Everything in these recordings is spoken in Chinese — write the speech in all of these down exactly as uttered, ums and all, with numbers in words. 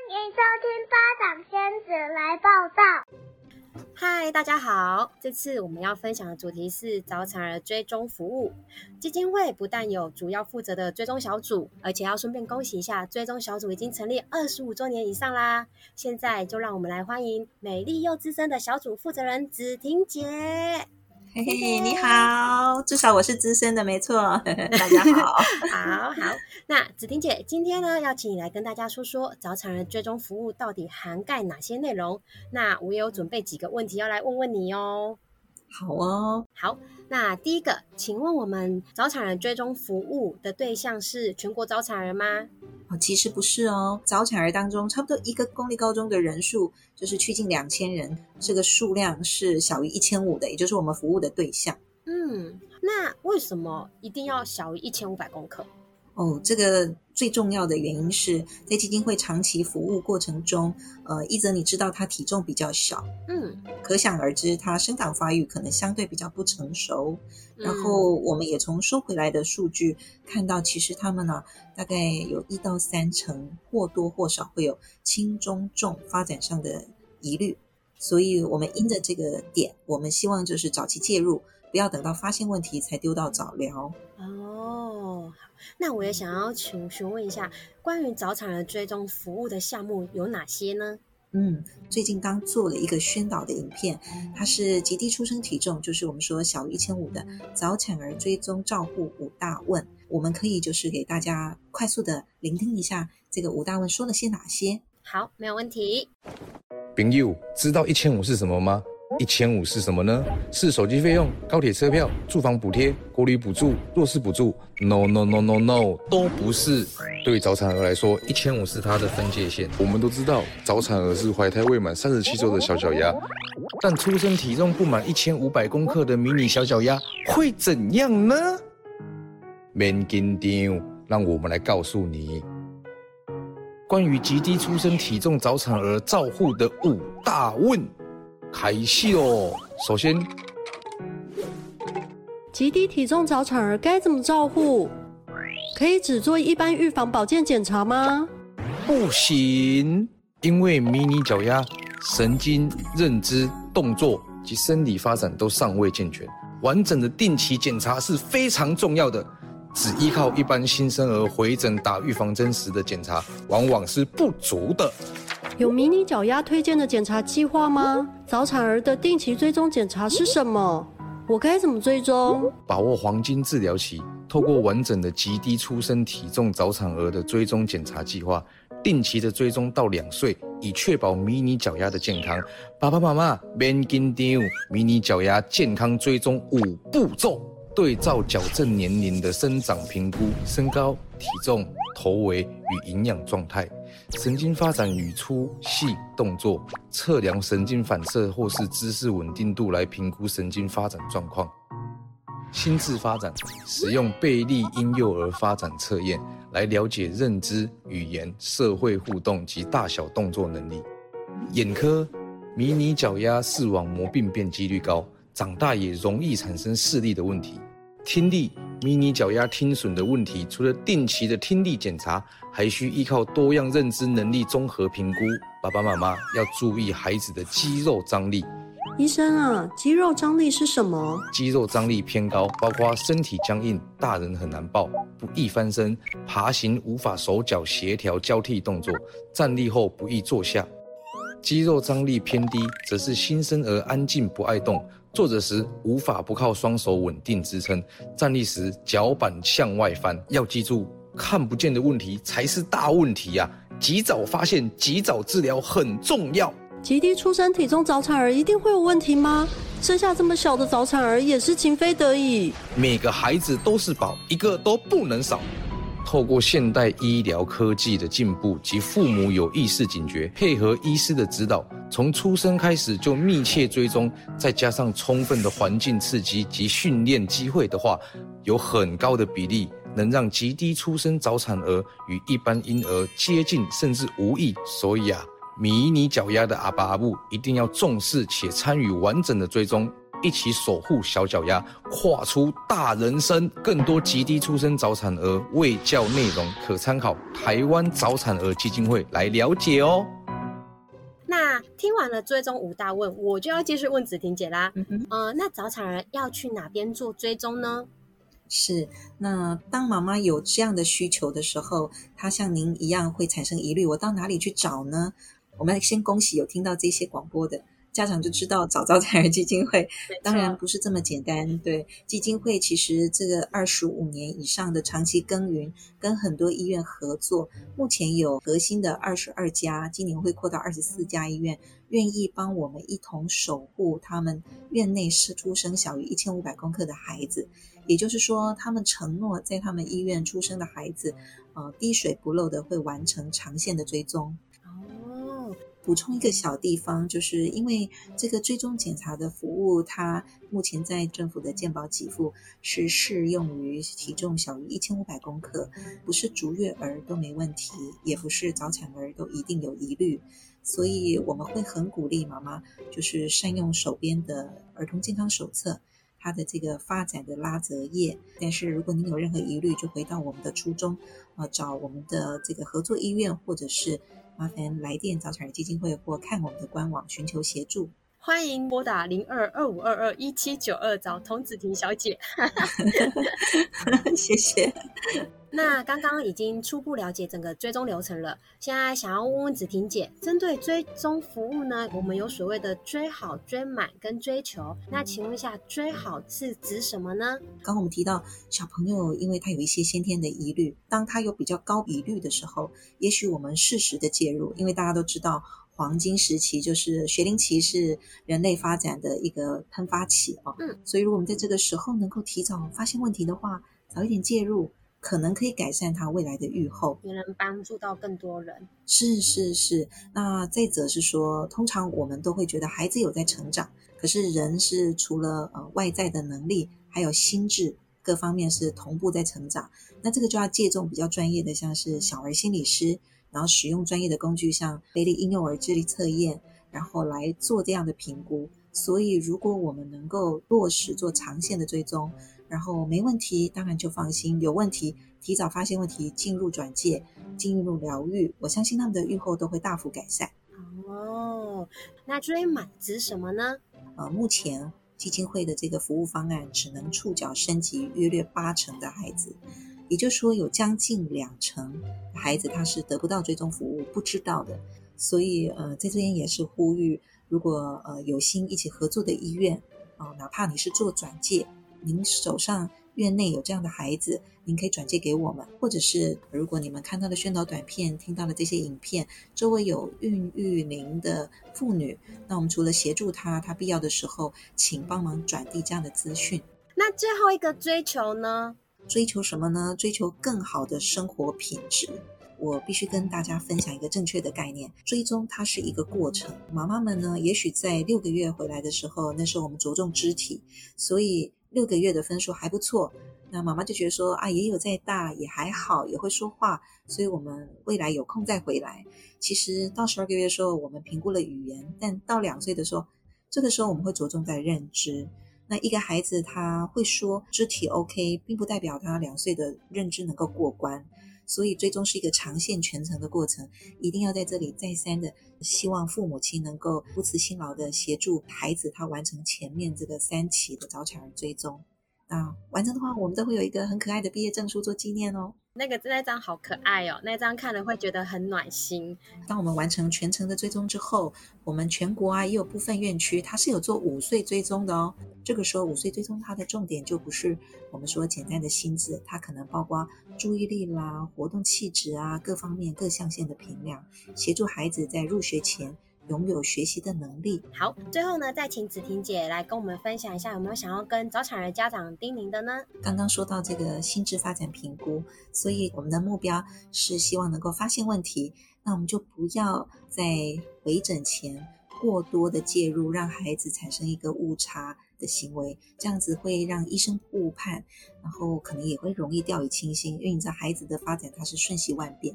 迎收听巴掌仙子来报道。 嗨，大家好，这次我们要分享的主题是早产儿追踪服务。基金会不但有主要负责的追踪小组，而且要顺便恭喜一下，追踪小组已经成立二十五周年以上啦。现在就让我们来欢迎美丽又资深的小组负责人子婷姐。 嘿嘿，你好，至少我是资深的，没错。大家好， 好好。那子婷姐，今天呢，要请你来跟大家说说早产儿追踪服务到底涵盖哪些内容？那我也有准备几个问题要来问问你哦。 好哦， 好。那第一个，请问我们早产儿追踪服务的对象是全国早产儿吗？ 哦，其实不是哦，早产儿当中差不多一个公立高中的人数就是趋近两千人，这个数量是小于一千五的，也就是我们服务的对象。 嗯，那为什么一定要小于一千五百公克？ 哦，这个最重要的原因是在基金会长期服务过程中，呃，一则你知道他体重比较小， 嗯， 可想而知他生长发育可能相对比较不成熟。然后我们也从收回来的数据看到，其实他们呢、啊、大概有一到三成或多或少会有轻中重发展上的疑虑，所以我们因着这个点，我们希望就是早期介入，不要等到发现问题才丢到早疗。 哦，那我也想要询询问一下，关于早产儿追踪服务的项目有哪些呢？ 嗯，最近刚做了一个宣导的影片，它是极低出生体重，就是我们说小于一千五的早产儿追踪照护五大问。我们可以就是给大家快速的聆听一下这个五大问说了些哪些。 好，没有问题。 朋友，知道一千五是什么吗？一千五是什么呢？是手机费用、高铁车票、住房补贴、国旅补助、弱势补助 ？No No No No No， 都不是。对于早产儿来说，一千五是它的分界线。我们都知道，早产儿是怀胎未满三十七周的小脚丫，但出生体重不满一千五百公克的迷你小脚丫会怎样呢？免紧张，让我们来告诉你，关于极低出生体重早产儿照护的五大问。开始哦！首先， 极低体重早产儿该怎么照护？可以只做一般预防保健检查吗？ 不行，因为迷你脚丫神经、认知、动作及生理发展都尚未健全，完整的定期检查是非常重要的。只依靠一般新生儿回诊打预防针时的检查，往往是不足的。 有迷你脚丫推荐的检查计划吗？早产儿的定期追踪检查是什么？我该怎么追踪？ 把握黄金治疗期，透过完整的极低出生体重早产儿的追踪检查计划，定期的追踪到两岁，以确保迷你脚丫的健康。爸爸妈妈免紧张，迷你脚丫健康追踪五步骤。对照矫正年龄的生长评估，身高、体重、头围与营养状态，神经发展与粗细动作，测量神经反射或是姿势稳定度来评估神经发展状况。心智发展，使用贝利婴幼儿发展测验来了解认知、语言、社会互动及大小动作能力。眼科，迷你脚丫视网膜病变几率高，长大也容易产生视力的问题。听力，迷你脚丫听损的问题，除了定期的听力检查，还需依靠多样认知能力综合评估。爸爸妈妈要注意孩子的肌肉张力。 医生啊，肌肉张力是什么？ 肌肉张力偏高，包括身体僵硬、大人很难抱、不易翻身、爬行无法手脚协调交替动作、站立后不易坐下。肌肉张力偏低，则是新生儿安静不爱动，坐着时无法不靠双手稳定支撑，站立时脚板向外翻。要记住，看不见的问题才是大问题啊！及早发现、及早治疗很重要。 极低出生体重早产儿一定会有问题吗？生下这么小的早产儿也是情非得已。 每个孩子都是宝，一个都不能少。透过现代医疗科技的进步及父母有意识警觉，配合医师的指导，从出生开始就密切追踪，再加上充分的环境刺激及训练机会的话，有很高的比例能让极低出生早产儿与一般婴儿接近甚至无异。所以啊，迷你脚丫的阿爸阿母一定要重视且参与完整的追踪。 一起守护小脚丫，跨出大人生。更多极低出生早产儿卫教内容，可参考台湾早产儿基金会来了解哦。 那听完了追踪五大问，我就要继续问子婷姐啦。 嗯哼呃，那早产儿要去哪边做追踪呢？ 是，那当妈妈有这样的需求的时候，她像您一样会产生疑虑，我到哪里去找呢？我们先恭喜有听到这些广播的家长就知道找早产儿基金会，当然不是这么简单。对，基金会其实这个二十五年以上的长期耕耘，跟很多医院合作，目前有核心的二十二家，今年会扩到二十四家医院，愿意帮我们一同守护他们院内是出生小于一千五百公克的孩子。也就是说，他们承诺在他们医院出生的孩子，呃，滴水不漏的会完成长线的追踪。 哦， 补充一个小地方，就是因为这个追踪检查的服务，它目前在政府的健保给付是适用于体重小于一千五百公克，不是足月儿都没问题，也不是早产儿都一定有疑虑。所以我们会很鼓励妈妈，就是善用手边的儿童健康手册，它的这个发展的拉则页。但是如果您有任何疑虑，就回到我们的初衷，呃，找我们的这个合作医院，或者是麻烦来电早产儿基金会，或看我们的官网寻求协助。 欢迎拨打零二二五二二一七九二找童子婷小姐。 谢谢。 那刚刚已经初步了解整个追踪流程了，现在想要问问子婷姐，针对追踪服务呢，我们有所谓的追好、追满跟追求，那请问一下，追好是指什么呢？ 刚刚我们提到小朋友因为他有一些先天的疑虑，当他有比较高疑虑的时候，也许我们适时的介入，因为大家都知道黄金时期就是学龄期是人类发展的一个喷发期哦， 嗯， 所以如果我们在这个时候能够提早发现问题的话，早一点介入，可能可以改善他未来的预后， 也能帮助到更多人。 是是是。那再者是说，通常我们都会觉得孩子有在成长，可是人是除了呃外在的能力，还有心智各方面是同步在成长。那这个就要借重比较专业的，像是小儿心理师，然后使用专业的工具，像贝利婴幼儿智力测验，然后来做这样的评估。所以如果我们能够落实做长线的追踪，然后没问题当然就放心，有问题提早发现问题，进入转介，进入疗愈，我相信他们的预后都会大幅改善。 哦，那追满指什么呢？ 呃，目前基金会的这个服务方案只能触角升级约略八成的孩子，也就是说有将近两成的孩子他是得不到追踪服务，不知道的。所以呃，在这边也是呼吁，如果呃有心一起合作的医院，呃，哪怕你是做转介，您手上院内有这样的孩子，您可以转介给我们，或者是如果你们看到的宣导短片，听到的这些影片，周围有孕育龄的妇女，那我们除了协助她，她必要的时候请帮忙转递这样的资讯。 那最后一个追求呢？ 追求什么呢？追求更好的生活品质。我必须跟大家分享一个正确的概念，追踪它是一个过程。妈妈们呢，也许在六个月回来的时候，那时候我们着重肢体，所以六个月的分数还不错，那妈妈就觉得说啊，也有在大，也还好，也会说话，所以我们未来有空再回来。其实到十二个月的时候，我们评估了语言，但到两岁的时候，这个时候我们会着重在认知。那一个孩子他会说肢体 OK， 并不代表他两岁的认知能够过关，所以追踪是一个长线全程的过程，一定要在这里再三的希望父母亲能够不辞辛劳的协助孩子他完成前面这个三期的早产儿追踪。那完成的话，我们都会有一个很可爱的毕业证书做纪念哦。 那个那张好可爱哦，那张看了会觉得很暖心。 当我们完成全程的追踪之后，我们全国啊也有部分院区它是有做五岁追踪的哦。这个时候五岁追踪它的重点就不是我们说简单的心智，它可能包括注意力啦、活动气质啊各方面各象限的评量，协助孩子在入学前拥有学习的能力。 好，最后呢，再请子婷姐来跟我们分享一下，有没有想要跟早产儿家长叮咛的呢？ 刚刚说到这个心智发展评估，所以我们的目标是希望能够发现问题，那我们就不要在回诊前过多的介入，让孩子产生一个误差的行为，这样子会让医生误判，然后可能也会容易掉以轻心，因为你知道孩子的发展它是瞬息万变，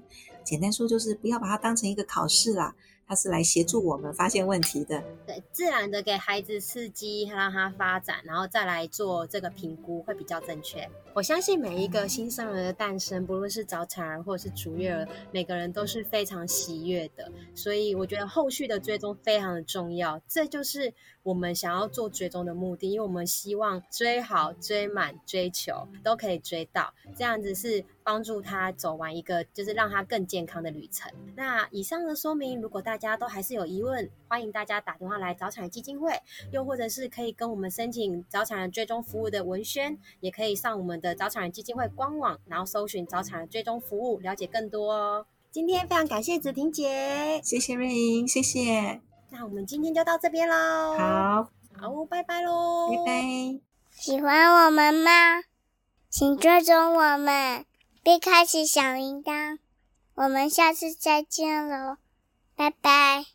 简单说就是不要把它当成一个考试啦，它是来协助我们发现问题的。 对，自然的给孩子刺激，让他发展，然后再来做这个评估会比较正确。我相信每一个新生儿的诞生，不论是早产儿或者是足月儿，每个人都是非常喜悦的，所以我觉得后续的追踪非常的重要，这就是我们想要做追踪的目的，因为我们希望追好、追满、追求都可以追到，这样子是帮助他走完一个就是让他更健康的旅程。那以上的说明，如果大家都还是有疑问，欢迎大家打电话来早产基金会，又或者是可以跟我们申请早产儿追踪服务的文宣，也可以上我们的早产儿基金会官网，然后搜寻早产儿追踪服务，了解更多哦。今天非常感谢子婷姐， 谢谢瑞莹，谢谢。 那我们今天就到这边咯。 好， 好，拜拜咯， 拜拜。 喜欢我们吗？请追踪我们，并开启小铃铛。我们下次再见喽，拜拜。